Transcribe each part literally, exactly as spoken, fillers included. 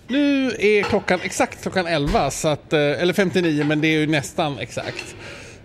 Nu är klockan exakt klockan elva, så att, eller femtionio, men det är ju nästan exakt.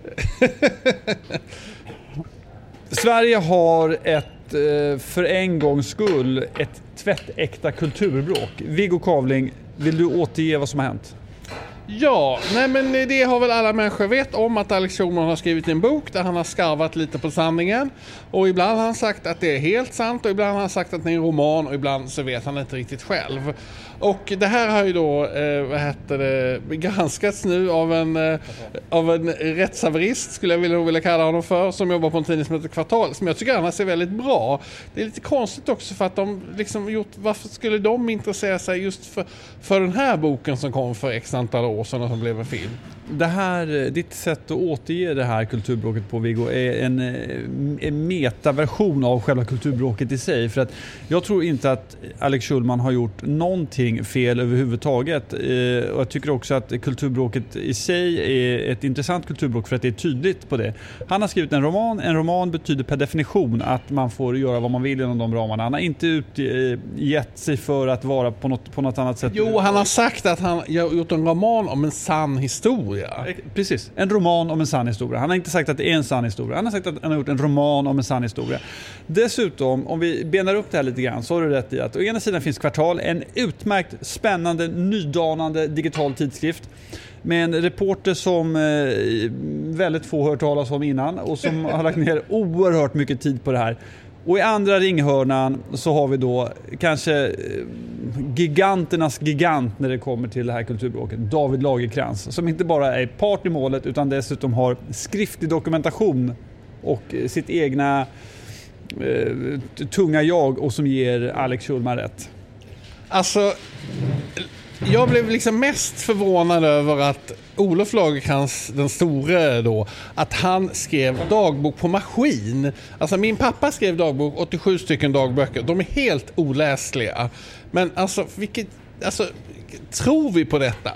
Sverige har ett, för en gångs skull, ett tvättäkta kulturbråk. Viggo Kavling, vill du återge vad som har hänt? Ja, nej men det har väl alla människor vet om, att Alex Schulman har skrivit en bok där han har skarvat lite på sanningen. Och ibland har han sagt att det är helt sant, och ibland har han sagt att det är en roman, och ibland så vet han inte riktigt själv. Och det här har ju då eh, vad heter det, granskats nu av en, eh, av en rättshaverist, skulle jag vilja, vilja kalla honom för, som jobbar på en tidning som heter Kvartal, som jag tycker annars är väldigt bra. Det är lite konstigt också, för att de liksom gjort, varför skulle de intressera sig just för, för den här boken som kom för x antal år sedan och som blev en film? Det här, ditt sätt att återge det här kulturbråket på, Viggo, är en, en metaversion av själva kulturbråket i sig. För att jag tror inte att Alex Schulman har gjort någonting fel överhuvudtaget. Och jag tycker också att kulturbråket i sig är ett intressant kulturbråk för att det är tydligt på det. Han har skrivit en roman. En roman betyder per definition att man får göra vad man vill inom de ramarna. Han har inte utgett sig för att vara på något, på något annat sätt. Jo, han har sagt att han har gjort en roman om en sann historia. Precis, en roman om en sann historia. Han har inte sagt att det är en sann historia. Han har sagt att han har gjort en roman om en sann historia. Dessutom, om vi benar upp det här lite grann, så har du rätt i att å ena sidan finns Kvartal, en utmärkt, spännande, nydanande digital tidskrift med en reporter som eh, väldigt få hört talas om innan och som har lagt ner oerhört mycket tid på det här. Och i andra ringhörnan så har vi då kanske giganternas gigant när det kommer till det här kulturbråket, David Lagercrantz, som inte bara är part i målet utan dessutom har skriftlig dokumentation och sitt egna eh, tunga jag, och som ger Alex Schulman rätt. Alltså, jag blev liksom mest förvånad över att Olof Lagercrantz, den store då, att han skrev dagbok på maskin. Alltså min pappa skrev dagbok, åttiosju stycken dagböcker. De är helt oläsliga. Men alltså, vilket, alltså tror vi på detta?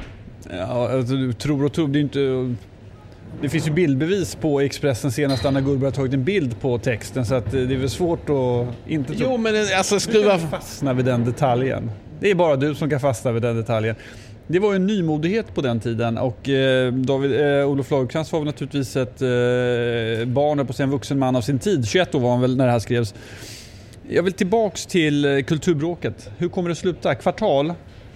Ja, alltså, du tror och tror, det är inte... Det finns ju bildbevis på Expressen senast Anna Gullberg har tagit en bild på texten, så att det är väl svårt att inte tro. Jo, men alltså skruva... fastna vid den detaljen. Det är bara du som kan fastna vid den detaljen. Det var ju en nymodighet på den tiden, och eh, David, eh, Olof Lagercrantz var väl naturligtvis ett eh, barn på sig, en vuxen man av sin tid. tjugoett år var han väl när det här skrevs. Jag vill tillbaks till eh, kulturbråket. Hur kommer det sluta? Kvartal,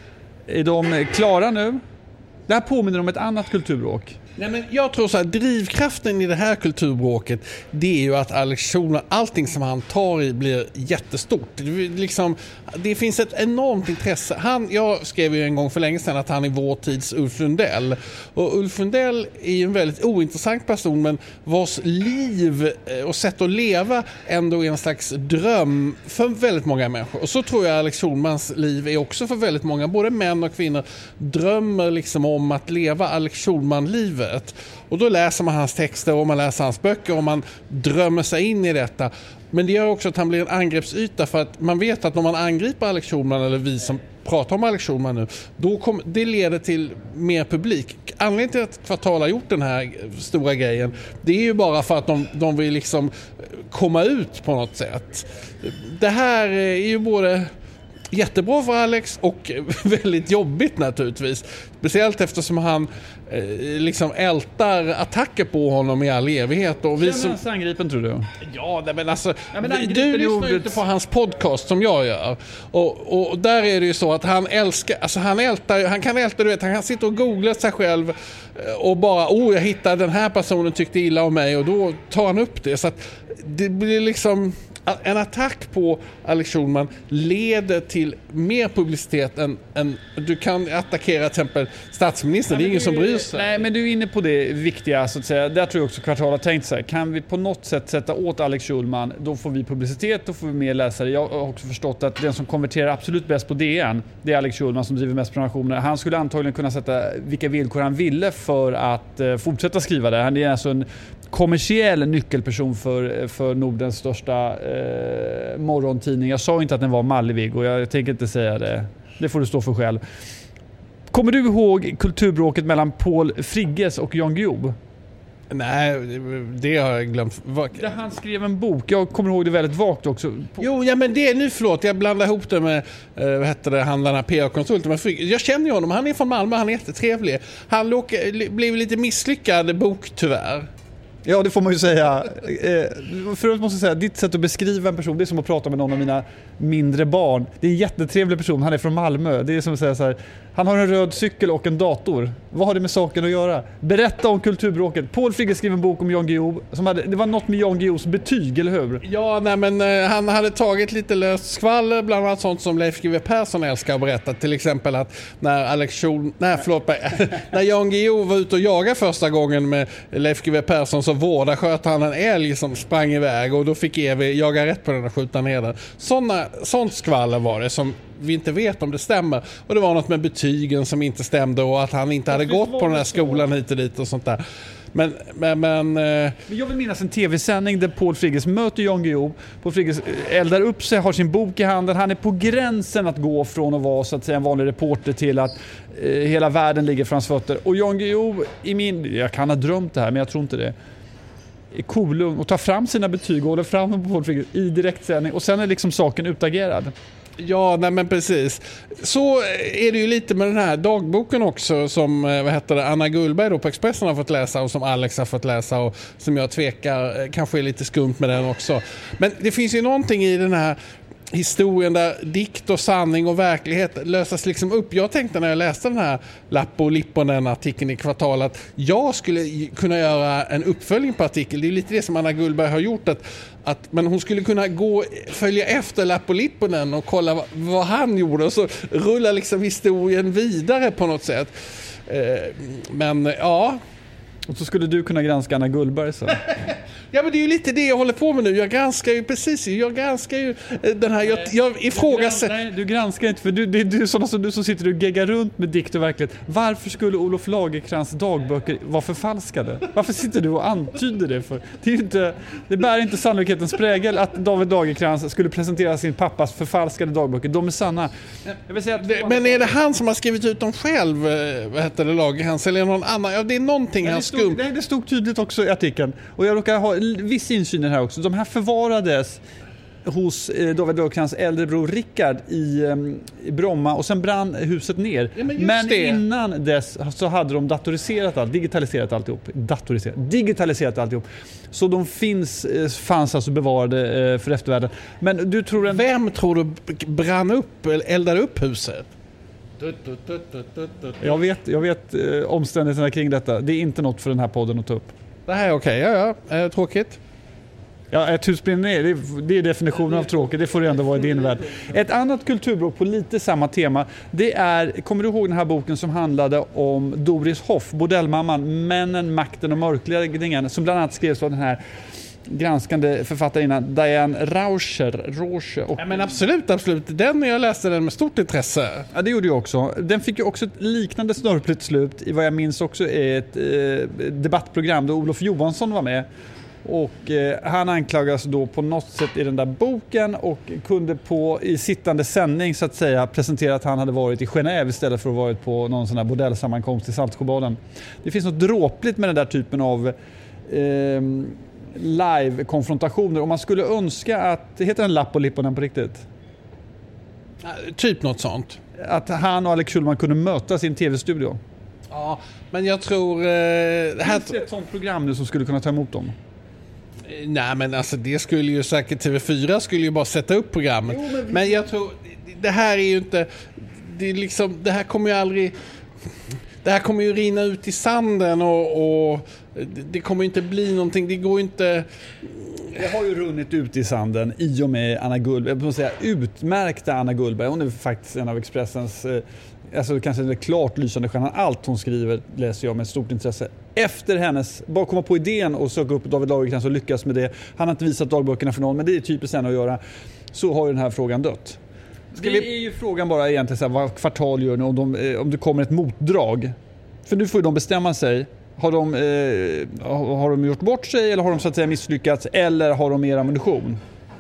är de klara nu? Det här påminner om ett annat kulturbråk. Nej, men jag tror så här, drivkraften i det här kulturbråket, det är ju att Alex Schulman, allting som han tar i blir jättestort. Det, liksom, det finns ett enormt intresse. Han, jag skrev ju en gång för länge sedan att han är vår tids Ulf Lundell. Och Ulf Lundell är ju en väldigt ointressant person, men vars liv och sätt att leva ändå är en slags dröm för väldigt många människor. Och så tror jag Alex Schulmans liv är också för väldigt många, både män och kvinnor, drömmer liksom om att leva Alex Schulman-livet. Och då läser man hans texter och man läser hans böcker och man drömmer sig in i detta. Men det gör också att han blir en angreppsyta, för att man vet att när man angriper Alex Schulman, eller vi som pratar om Alex Schulman nu, då kom, det leder till mer publik. Anledningen till att Kvartal har gjort den här stora grejen, det är ju bara för att de, de vill liksom komma ut på något sätt. Det här är ju både jättebra för Alex och väldigt jobbigt naturligtvis. Speciellt eftersom han eh, liksom ältar attacker på honom i all evighet. Och vi som... Känner han angripen, tror du? Ja, men alltså, ja, men du, du lyssnar ju inte på hans podcast som jag gör. Och, och där är det ju så att han älskar, alltså han ältar, han kan älta, du vet, han kan sitta och googla sig själv och bara, oh, jag hittade den här personen, tyckte illa om mig, och då tar han upp det. Så att det blir liksom... En attack på Alex Schulman leder till mer publicitet än, än du kan attackera till exempel statsministern. Nej, det är ingen som bryr sig. Nej, men du är inne på det viktiga, så att säga. Där tror jag också Kvartal har tänkt sig. Kan vi på något sätt sätta åt Alex Schulman, då får vi publicitet, då får vi mer läsare. Jag har också förstått att den som konverterar absolut bäst på D N, det är Alex Schulman som driver mest prenumerationer. Han skulle antagligen kunna sätta vilka villkor han ville för att uh, fortsätta skriva det. Han är alltså en kommersiell nyckelperson för, för Nordens största eh, morgontidning. Jag sa inte att den var mallig, och jag tänker inte säga det. Det får du stå för själv. Kommer du ihåg kulturbråket mellan Paul Frigges och Jan Guillou? Nej, det har jag glömt. Där han skrev en bok, jag kommer ihåg det väldigt vagt också. Jo, ja men det är nu, förlåt, jag blandar ihop det med eh, vad heter det, handlarna P R-konsulten. Jag känner ju honom, han är från Malmö, han är jättetrevlig. Han låg, blev lite misslyckad bok tyvärr. Ja, det får man ju säga. Förut måste jag säga, ditt sätt att beskriva en person, det är som att prata med någon av mina mindre barn. Det är en jättetrevlig person, han är från Malmö. Det är som att säga så här, han har en röd cykel och en dator. Vad har det med saken att göra? Berätta om kulturbråket. Paul Frigge skrev en bok om Jan Guillou. Som hade, det var något med Jan Guillous betyg, eller hur? Ja, nej men uh, han hade tagit lite löst skvaller, bland annat sånt som Leif G W Persson älskar att berätta. Till exempel att när Alex Schul, nej förlåt mig, när Jan Guillou var ute och jagade första gången med Leif G W Persson, så vårda sköt han en älg som sprang iväg och då fick Evi jaga rätt på den och skjuta ner den. Såna, sånt skvaller var det som vi inte vet om det stämmer. Och det var något med betygen som inte stämde och att han inte hade gått på den här skolan hit och dit och sånt där. Men, men, men, eh... men jag vill minnas en tv-sändning där Paul Frigges möter Jan Guillou. Paul Frigges eldar upp sig, har sin bok i handen. Han är på gränsen att gå från att vara så att säga en vanlig reporter till att eh, hela världen ligger framför fötter. Och Jan Guillou, i min, jag kan ha drömt det här men jag tror inte det, är kolugn och tar fram sina betyg och håller fram dem på Paul Frigges i direktsändning. Och sen är liksom saken utagerad. Ja, nej men precis. Så är det ju lite med den här dagboken också som vad heter det, Anna Gullberg då på Expressen har fått läsa och som Alex har fått läsa och som jag tvekar kanske är lite skumt med den också. Men det finns ju någonting i den här historien där dikt och sanning och verklighet lösas liksom upp. Jag tänkte när jag läste den här Lappo Lipponen-artikeln i Kvartal att jag skulle kunna göra en uppföljning på artikeln. Det är lite det som Anna Gullberg har gjort, att, att men hon skulle kunna gå följa efter Lappo Lipponen och kolla vad, vad han gjorde och så rulla liksom historien vidare på något sätt. Eh, men ja... Och så skulle du kunna granska Anna Gullberg så. Ja, men det är ju lite det jag håller på med nu. Jag granskar ju precis, jag granskar ju den här, jag, jag ifrågasätter... Nej, du granskar inte, för du, det är du sådana som du som sitter och geggar runt med dikt och verklighet. Varför skulle Olof Lagercrantz dagböcker vara förfalskade? Varför sitter du och antyder det för? Det, är inte, det bär inte sannolikhetens prägel att David Lagercrantz skulle presentera sin pappas förfalskade dagböcker. De är sanna. Jag vill säga att det, men är det han som har skrivit ut dem själv, vad heter det, Lagercrantz, eller någon annan? Ja, det är någonting han skumt. Nej, det stod tydligt också i artikeln. Och jag råkar ha viss insyn här också. De här förvarades hos eh, David Lagercrantz äldre bror Rickard i, eh, i Bromma och sen brann huset ner. Ja, men men det. innan dess så hade de datoriserat allt, digitaliserat alltihop. Datoriserat, digitaliserat alltihop. Så de finns, eh, fanns alltså bevarade eh, för eftervärlden. Men du tror en... Vem tror du brann upp eller eldade upp huset? Jag vet, jag vet eh, omständigheterna kring detta. Det är inte något för den här podden att ta upp. Det här är okej, okay. ja ja, eh, tråkigt. Ja, ett hus brinner ner, det, det är definitionen av tråkigt, det får det ändå vara i din värld. Ett annat kulturbråk på lite samma tema, det är, kommer du ihåg den här boken som handlade om Doris Hoff, bordellmamman, männen, makten och mörkläggningen, som bland annat skrevs av den här granskande författarinnan Diane Rauscher. Rauscher och... Ja, men absolut, absolut. Den, jag läste den med stort intresse. Ja, det gjorde jag också. Den fick ju också ett liknande snörpligt slut i vad jag minns också är ett eh, debattprogram där Olof Johansson var med. Och eh, han anklagas då på något sätt i den där boken och kunde på i sittande sändning så att säga presentera att han hade varit i Genève istället för att varit på någon sån här bordellsammankomst i Saltsjöbaden. Det finns något dråpligt med den där typen av eh, live-konfrontationer. Om man skulle önska att, heter den Lappo Lipponen på riktigt? Typ något sånt. Att han och Alex Schulman kunde mötas i en tv-studio. Ja, men jag tror... Eh, här... Finns det ett sånt program nu som skulle kunna ta emot dem? Nej, men alltså det skulle ju säkert T V fyra skulle ju bara sätta upp programmet. Jo, men, vi... men jag tror, det här är ju inte... Det, är liksom, det här kommer ju aldrig... Det här kommer ju rinna ut i sanden och, och det kommer inte bli någonting. Det går inte... Det har ju runnit ut i sanden i och med Anna Gullberg. Jag måste säga utmärkta Anna Gullberg. Hon är faktiskt en av Expressens, alltså kanske den klart lysande stjärnan. Allt hon skriver läser jag med stort intresse. Efter hennes, bara komma på idén och söka upp David Lagercrantz och lyckas med det. Han har inte visat dagböckerna för någon, men det är typiskt henne att göra. Så har ju den här frågan dött. Ska det vi... är ju frågan bara egentligen så här, vad Kvartal gör nu om, de, om det kommer ett motdrag. För nu får ju de bestämma sig. Har de, eh, har de gjort bort sig eller har de så att säga misslyckats eller har de mer ammunition?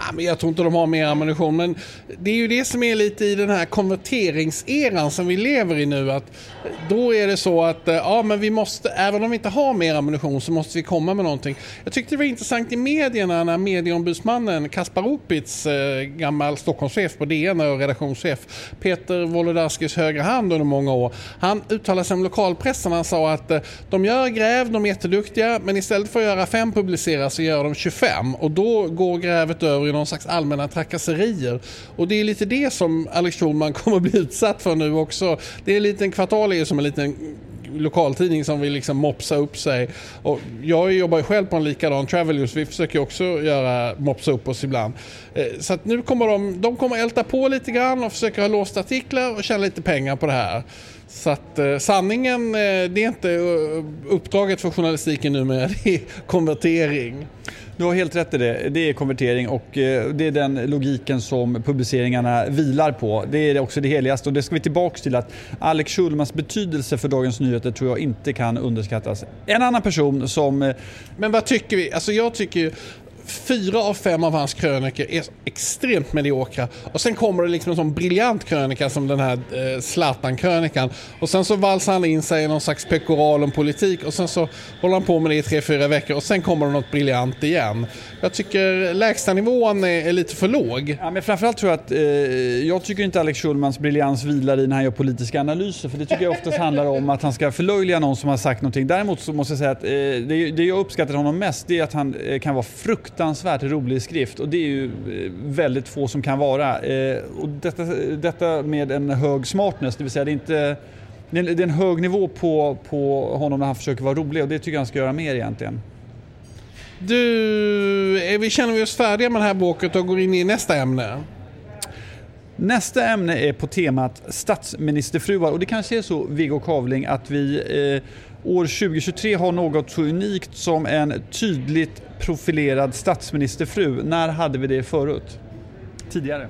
men jag tror inte de har mer ammunition, men det är ju det som är lite i den här konverteringseran som vi lever i nu, att då är det så att ja, men vi måste, även om vi inte har mer ammunition så måste vi komma med någonting. Jag tyckte det var intressant i medierna när medieombudsmannen Kaspar Opitz, eh, gammal Stockholmschef på D N och redaktionschef, Peter Wolodarskis högra hand under många år, han uttalade sig om lokalpressen. Han sa att eh, de gör gräv, de är jätteduktiga, men istället för att göra fem publicera så gör de tjugofem, och då går grävet över i någon slags allmänna trakasserier. Och det är lite det som Alex Schulman kommer att bli utsatt för nu också. Det är en liten kvartal är som en liten lokaltidning som vill liksom mopsa upp sig. Och jag jobbar ju själv på en likadan Travel News. Vi försöker också göra mopsa upp oss ibland. Så att nu kommer de, de kommer älta på lite grann och försöka ha låst artiklar och tjäna lite pengar på det här. Så att eh, sanningen, eh, det är inte uh, uppdraget för journalistiken nu, men det är konvertering. Du har helt rätt i det. Det är konvertering och eh, det är den logiken som publiceringarna vilar på. Det är också det heligaste, och det ska vi tillbaka till, att Alex Schulmans betydelse för Dagens Nyheter tror jag inte kan underskattas. En annan person som... Eh... Men vad tycker vi? Alltså jag tycker ju fyra av fem av hans krönikor är extremt mediokra. Och sen kommer det liksom en sån briljant krönika som den här eh, Zlatan-krönikan. Och sen så valsar han in sig i någon slags pekoral om politik. Och sen så håller han på med det i tre, fyra veckor. Och sen kommer det något briljant igen. Jag tycker lägsta nivån är, är lite för låg. Ja, men framförallt tror jag att eh, jag tycker inte Alex Schulmans briljans vilar i när han gör politiska analyser. För det tycker jag oftast handlar om att han ska förlöjliga någon som har sagt någonting. Däremot så måste jag säga att eh, det, det jag uppskattar honom mest, det är att han eh, kan vara fruktansvärt rolig i skrift. Och det är ju eh, väldigt få som kan vara. Eh, och detta, detta med en hög smartness, det vill säga det är inte... Det är en hög nivå på, på honom när han försöker vara rolig, och det tycker jag han ska göra mer egentligen. Du, vi känner vi oss färdiga med det här bråket och går in i nästa ämne. Nästa ämne är på temat statsministerfruar, och det kanske är så, Viggo Kavling, att vi eh, år tjugo tjugotre har något så unikt som en tydligt profilerad statsministerfru. När hade vi det förut? Tidigare.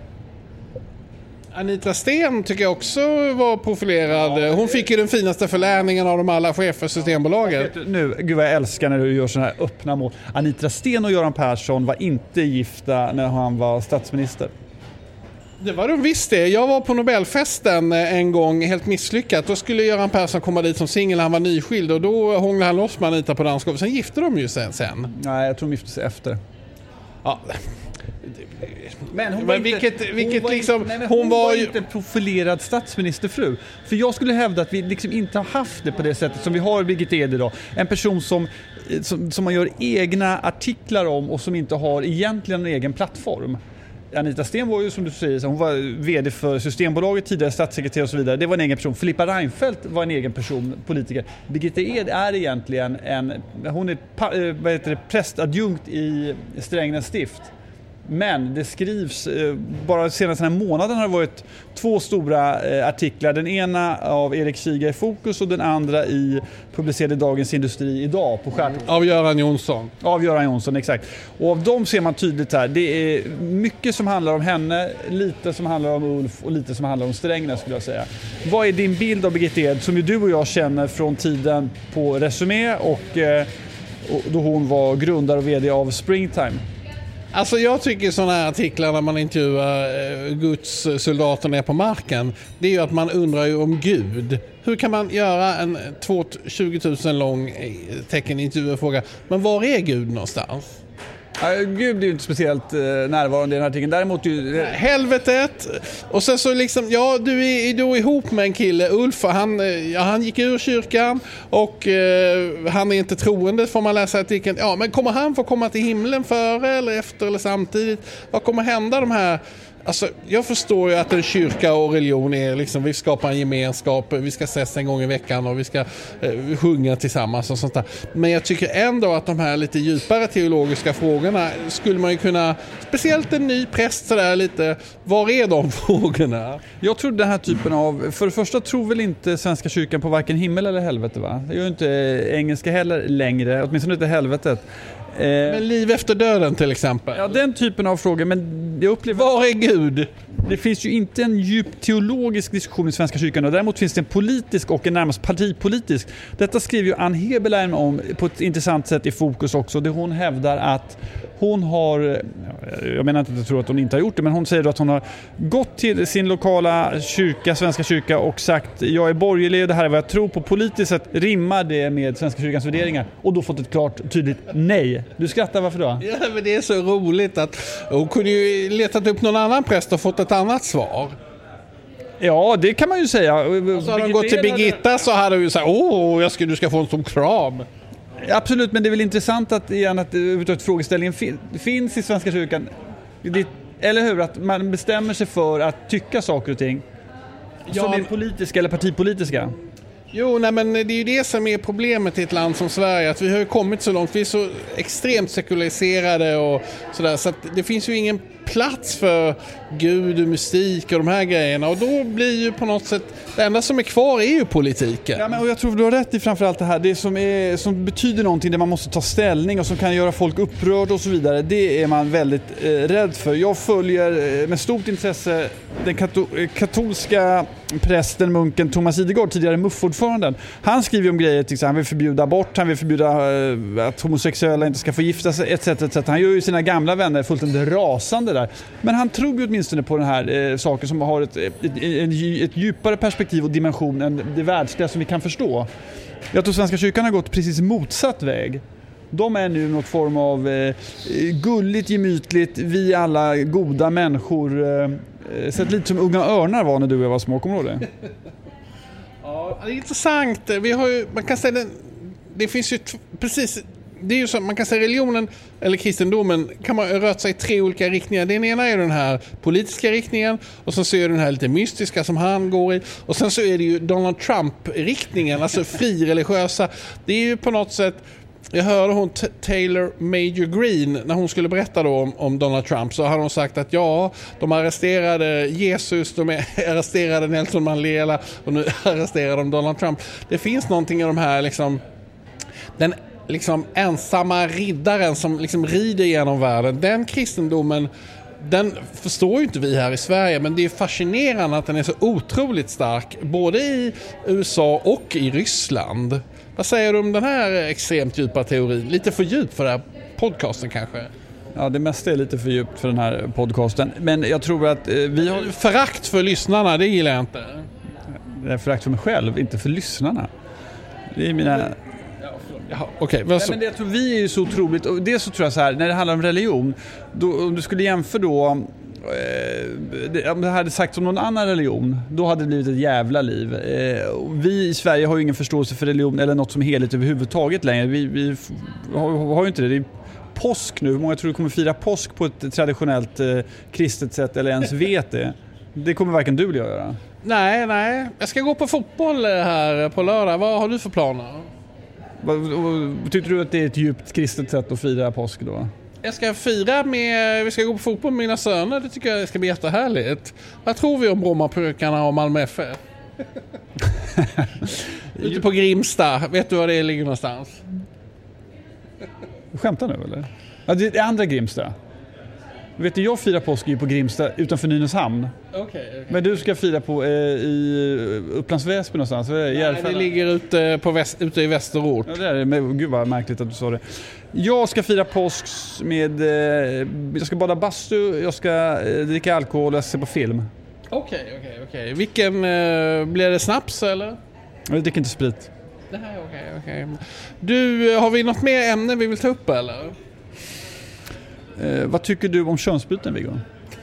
Anita Sten tycker jag också var profilerad. Hon fick ju den finaste förläningen av de alla chefer för Systembolaget. Nu, gud vad jag älskar när du gör såna här öppna mål. Anita Sten och Göran Persson var inte gifta när han var statsminister. Det var de visst det. Jag var på Nobelfesten en gång, helt misslyckat. Då skulle Göran Persson komma dit som singel, han var nyskild. Och då hånglade han loss med Anita på dansgolvet. Sen gifte de ju sen. sen. Nej, jag tror de gifte sig efter. Ja. Men hon var men inte, vilket, vilket hon liksom, var inte, nej, hon hon var var ju inte profilerad statsministerfru. För jag skulle hävda att vi liksom inte har haft det på det sättet som vi har Birgitta Ed idag. En person som, som, som man gör egna artiklar om och som inte har egentligen en egen plattform. Anita Sten var ju, som du säger, hon var vd för Systembolaget, tidigare statssekreterare och så vidare. Det var en egen person. Filippa Reinfeldt var en egen person, politiker. Birgitta Ed är egentligen en, hon är vad heter det, prästadjunkt i Strängnäs stift. Men det skrivs, eh, bara senaste den här månaden har det varit två stora eh, artiklar. Den ena av Erik Kiga i Fokus och den andra i publicerade Dagens Industri idag på skärm. Av Göran Jonsson. Av Göran Jonsson, exakt. Och av dem ser man tydligt här, det är mycket som handlar om henne, lite som handlar om Ulf och lite som handlar om Strängnäs, skulle jag säga. Vad är din bild av Birgitta Ed, som ju du och jag känner från tiden på Resumé och, eh, och då hon var grundare och vd av Springtime? Alltså jag tycker sådana här artiklar när man intervjuar eh, Guds soldater ner på marken, det är ju att man undrar ju om Gud. Hur kan man göra en tjugo tusen lång tecken intervjufråga, men var är Gud någonstans? Ja, Gud är ju inte speciellt eh, närvarande i den här artikeln. Däremot ju... Helvetet. Och sen så liksom, ja, du är då ihop med en kille, Ulf, han, ja, han gick ur kyrkan och eh, han är inte troende, får man läsa artikeln. Ja, men kommer han få komma till himlen före eller efter eller samtidigt? Vad kommer hända de här? Alltså, jag förstår ju att en kyrka och religion är liksom, vi skapar en gemenskap, vi ska ses en gång i veckan och vi ska eh, sjunga tillsammans och sånt där. Men jag tycker ändå att de här lite djupare teologiska frågorna skulle man ju kunna, speciellt en ny präst sådär lite, var är de frågorna? Jag tror den här typen av, för det första tror väl inte Svenska kyrkan på varken himmel eller helvete, va? Det gör ju inte engelska heller längre, åtminstone inte helvetet. Men liv efter döden till exempel. Ja, den typen av frågor, men jag upplever... Var är Gud? Det finns ju inte en djup teologisk diskussion i Svenska kyrkan, och däremot finns det en politisk och en närmast partipolitisk. Detta skriver ju Ann Heberlein om på ett intressant sätt i Fokus också, där hon hävdar att Hon har, jag menar inte att jag tror att hon inte har gjort det, men hon säger då att hon har gått till sin lokala kyrka, Svenska kyrka, och sagt jag är borgerlig, det här är vad jag tror på. Politiskt sett rimmar det med Svenska kyrkans värderingar, och då fått ett klart tydligt nej. Du skrattar, varför då? Ja, men det är så roligt att hon kunde ju letat upp någon annan präst och fått ett annat svar. Ja, det kan man ju säga. Och så har de gått till Birgitta så hade du ju sagt åh, jag ska, du ska få en stor kram. Absolut, men det är väl intressant att, igen, att överhuvudtaget frågeställningen fin, finns i Svenska kyrkan. Det, eller hur? Att man bestämmer sig för att tycka saker och ting ja, som är politiska eller partipolitiska. Jo, nej, men det är ju det som är problemet i ett land som Sverige, att vi har ju kommit så långt, vi är så extremt sekulariserade och sådär, så att det finns ju ingen plats för Gud och mystik och de här grejerna, och då blir ju på något sätt, det enda som är kvar är ju politiken. Ja, men, och jag tror du har rätt i framförallt det här, det som, är, som betyder någonting, där man måste ta ställning och som kan göra folk upprörda och så vidare, det är man väldigt eh, rädd för. Jag följer eh, med stort intresse den kato- katolska prästen, munken Thomas Idegård, tidigare M U F-ordföranden. Han skriver om grejer, till exempel, han vill förbjuda abort, han vill förbjuda eh, att homosexuella inte ska få gifta sig, et cetera et cetera. Han gör ju sina gamla vänner fullständigt rasande där. Men han tror ju åtminstone på den här eh, saken som har ett, ett, ett, ett djupare perspektiv och dimension än det världsliga som vi kan förstå. Jag tror Svenska kyrkan har gått precis motsatt väg. De är nu något form av eh, gulligt, gemytligt, vi alla goda människor. Eh, sett lite som unga örnar var när du och jag var små, kommer du ihåg det? Ja, det är intressant. Vi har ju, man kan säga det, det finns ju t- precis, det är ju så, man kan säga religionen eller kristendomen kan man röra sig i tre olika riktningar. Den ena är den här politiska riktningen, och sen så är det den här lite mystiska som han går i, och sen så är det ju Donald Trump-riktningen, alltså frireligiösa. Det är ju på något sätt, jag hörde hon T- Taylor Major Green när hon skulle berätta då om, om Donald Trump, så hade hon sagt att ja, de arresterade Jesus, de arresterade Nelson Mandela och nu arresterar de Donald Trump. Det finns någonting i de här liksom, den liksom ensamma riddaren som liksom rider genom världen. Den kristendomen, den förstår ju inte vi här i Sverige, men det är fascinerande att den är så otroligt stark både i U S A och i Ryssland. Vad säger du om den här extremt djupa teorin? Lite för djup för den här podcasten kanske? Ja, det mesta är lite för djupt för den här podcasten. Men jag tror att eh, vi har... Förakt för lyssnarna, det gillar jag inte. Det är förakt för mig själv, inte för lyssnarna. Det är mina... Jaha, okej. Okay, men det, jag tror vi är ju så otroligt, och det så tror jag så här, när det handlar om religion, då, om du skulle jämföra då eh, det, om det hade sagt om någon annan religion, då hade det blivit ett jävla liv. Eh, vi i Sverige har ju ingen förståelse för religion eller något som är heligt överhuvudtaget längre. Vi, vi har, har ju inte det. Det är påsk nu. Hur många tror du kommer fira påsk på ett traditionellt eh, kristet sätt eller ens vet det? Det kommer varken du eller jag göra. Nej, nej. Jag ska gå på fotboll här på lördag. Vad har du för planer? Tycker du att det är ett djupt kristet sätt att fira påsk då? Jag ska fira med, vi ska gå på fotboll med mina söner. Det tycker jag ska bli jättehärligt. Vad tror vi om Brommapojkarna och Malmö F F? Ute på Grimsta. Vet du var det ligger någonstans? Du skämtar nu eller? Ja, det är andra Grimsta. Vet du, jag firar påsk på Grimsta utanför Nynäshamn. Okay, okay. Men du ska fira på eh, i Upplands Väsby någonstans? Nej, det ligger ute, på väst, ute i Västerort. Ja, det är det. Men, gud vad märkligt att du sa det. Jag ska fira påsk med... Eh, jag ska bada bastu, jag ska eh, dricka alkohol och jag ska se på film. Okej, okay, okej, okay, okej. Okay. Vilken... Eh, blir det snaps eller? Jag dricker inte sprit. Det här är okej, okay, okej. Okay. Du, har vi något mer ämne vi vill ta upp eller? Eh, vad tycker du om könsbyten, Viggo?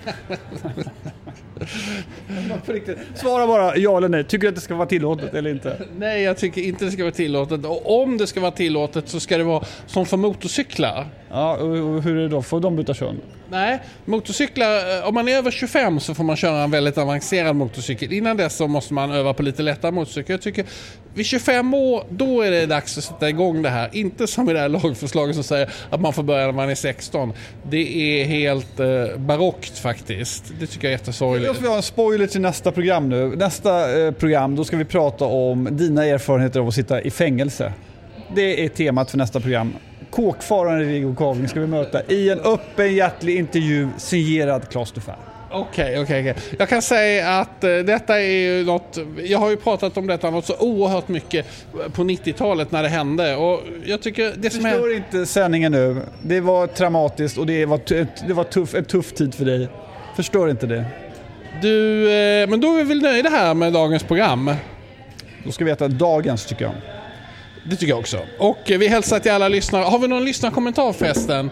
Svara bara ja eller nej. Tycker du att det ska vara tillåtet eller inte? Nej, jag tycker inte det ska vara tillåtet. Och om det ska vara tillåtet så ska det vara som för motorcyklar. Ja, och hur är det då? Får de byta kön? Nej, motorcyklar, om man är över tjugofem så får man köra en väldigt avancerad motorcykel. Innan dess så måste man öva på lite lättare motorcykel. Jag tycker vid tjugofem år, då är det dags att sätta igång det här. Inte som i det här lagförslaget som säger att man får börja när man är sexton. Det är helt eh, barockt faktiskt. Det tycker jag är jättesorgligt. Jag får ha en spoiler till nästa program nu. Nästa eh, program, då ska vi prata om dina erfarenheter av att sitta i fängelse. Det är temat för nästa program. Kåkfararen Viggo Kavling ska vi möta i en öppen hjärtlig intervju signerad Claes Dufair. Okej, okej, okej. Jag kan säga att uh, detta är ju något, jag har ju pratat om detta något så oerhört mycket på nittiotalet när det hände, och jag tycker det som Förstår är... inte sändningen nu. Det var traumatiskt och det var, t- det var tuff, en tuff tid för dig. Förstår inte det. Du, uh, men då är vi väl nöjda här med dagens program. Då ska vi veta dagens, tycker jag. Det tycker jag också. Och vi hälsar till alla lyssnare. Har vi någon lyssnarkommentar förresten?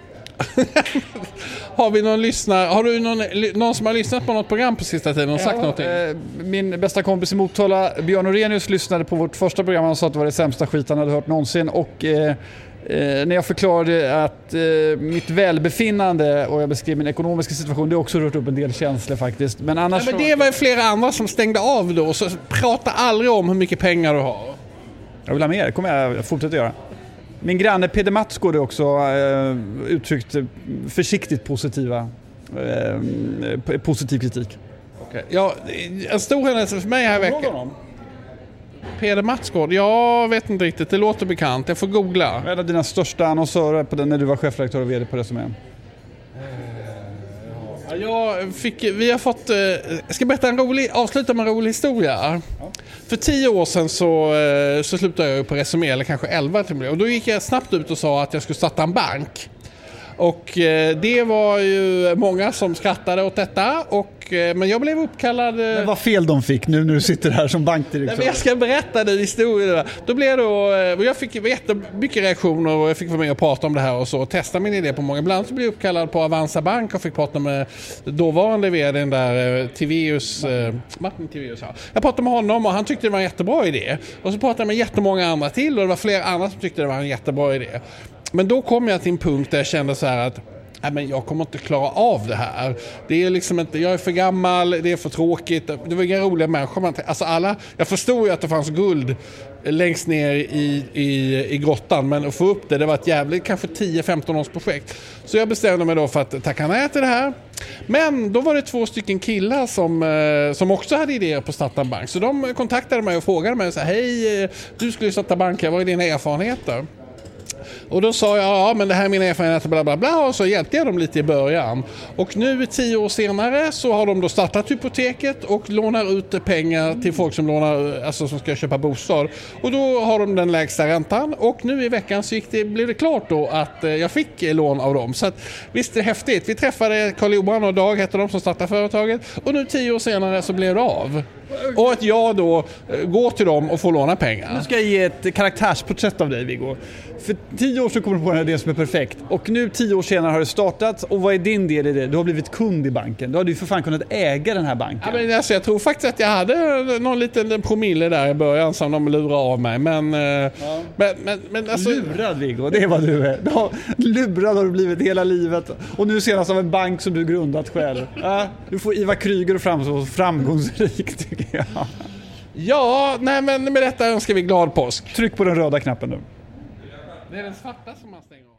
Har vi någon lyssnare? Har du någon, någon som har lyssnat på något program på sista tiden och sagt ja, någonting? Eh, min bästa kompis i Motala, Björn Orenius, lyssnade på vårt första program. Han sa att det var det sämsta skit han hade hört någonsin. Och eh, eh, när jag förklarade att eh, mitt välbefinnande och jag beskrev min ekonomiska situation, det har också rört upp en del känslor faktiskt. Men annars... Ja, men det var flera andra som stängde av då, så prata aldrig om hur mycket pengar du har. Jag vill ha mer, det kommer jag fortsätta göra. Min granne Peder Matsgård är också eh, uttryckt försiktigt positiva, eh, positiv kritik. Okay. Ja, en stor händelse för mig här i veckan. Peder Matsgård, jag vet inte riktigt, det låter bekant, jag får googla. En av dina största annonsörer på den, när du var chefredaktör och vd på Resumé. Jag fick, vi har fått, jag ska berätta en rolig, avsluta med en rolig historia. Ja. För tio år sedan så, så slutade jag på Resumé, eller kanske elva till och med. Och då gick jag snabbt ut och sa att jag skulle starta en bank. Och det var ju många som skrattade åt detta, och, men jag blev uppkallad... Men vad fel de fick nu när du sitter här som bankdirektör. Nej, jag ska berätta den historien. Då blev det då, jag fick jättemycket reaktioner och jag fick vara med och prata om det här och så, och testa min idé på många. Ibland så blev jag uppkallad på Avanza Bank och fick prata med dåvarande vdn där, Tiveus, Martin Tiveus. Jag pratade med honom och han tyckte det var en jättebra idé. Och så pratade jag med jättemånga andra till, och det var flera andra som tyckte det var en jättebra idé. Men då kom jag till en punkt där jag kände så här att nej, men jag kommer inte klara av det här. Det är liksom inte, jag är för gammal, det är för tråkigt. Det var inga roliga människor. Alltså alla, jag förstod ju att det fanns guld längst ner i, i, i grottan, men att få upp det, det var ett jävligt kanske tio femton års projekt. Så jag bestämde mig då för att tacka nej till det här. Men då var det två stycken killar som, som också hade idéer på att starta en bank. Så de kontaktade mig och frågade mig så här: hej, du skulle starta bank, vad är dina erfarenheter? Och då sa jag, ja men det här är mina erfarenheter, bla bla bla, och så hjälpte jag dem lite i början. Och nu tio år senare så har de då startat hypoteket och lånar ut pengar till folk som lånar, alltså som ska köpa bostad. Och då har de den lägsta räntan, och nu i veckan så gick det, blev det klart då att jag fick lån av dem. Så att, visst det är häftigt. Vi träffade Carl-Johan och Dag, heter de som startar företaget, och nu tio år senare så blev det av. Och att jag då går till dem och får låna pengar. Nu ska jag ge ett karaktärsporträtt av dig, Viggo. För tio år så kommer du på den här idén som är perfekt. Och nu tio år senare har det startats. Och vad är din del i det? Du har blivit kund i banken. Du hade ju för fan kunnat äga den här banken. Ja, men alltså, jag tror faktiskt att jag hade någon liten promille där i början som de lurade av mig. Men, ja. men, men, men alltså... Lurad, Viggo, det är vad du är. Du har, lurad har du blivit hela livet. Och nu senast av en bank som du grundat själv. Ja, du får Ivar Kryger fram så framgångsrik, tycker jag. Ja, nej, men med detta önskar vi glad påsk. Tryck på den röda knappen nu. Det är den svarta som man stänger av.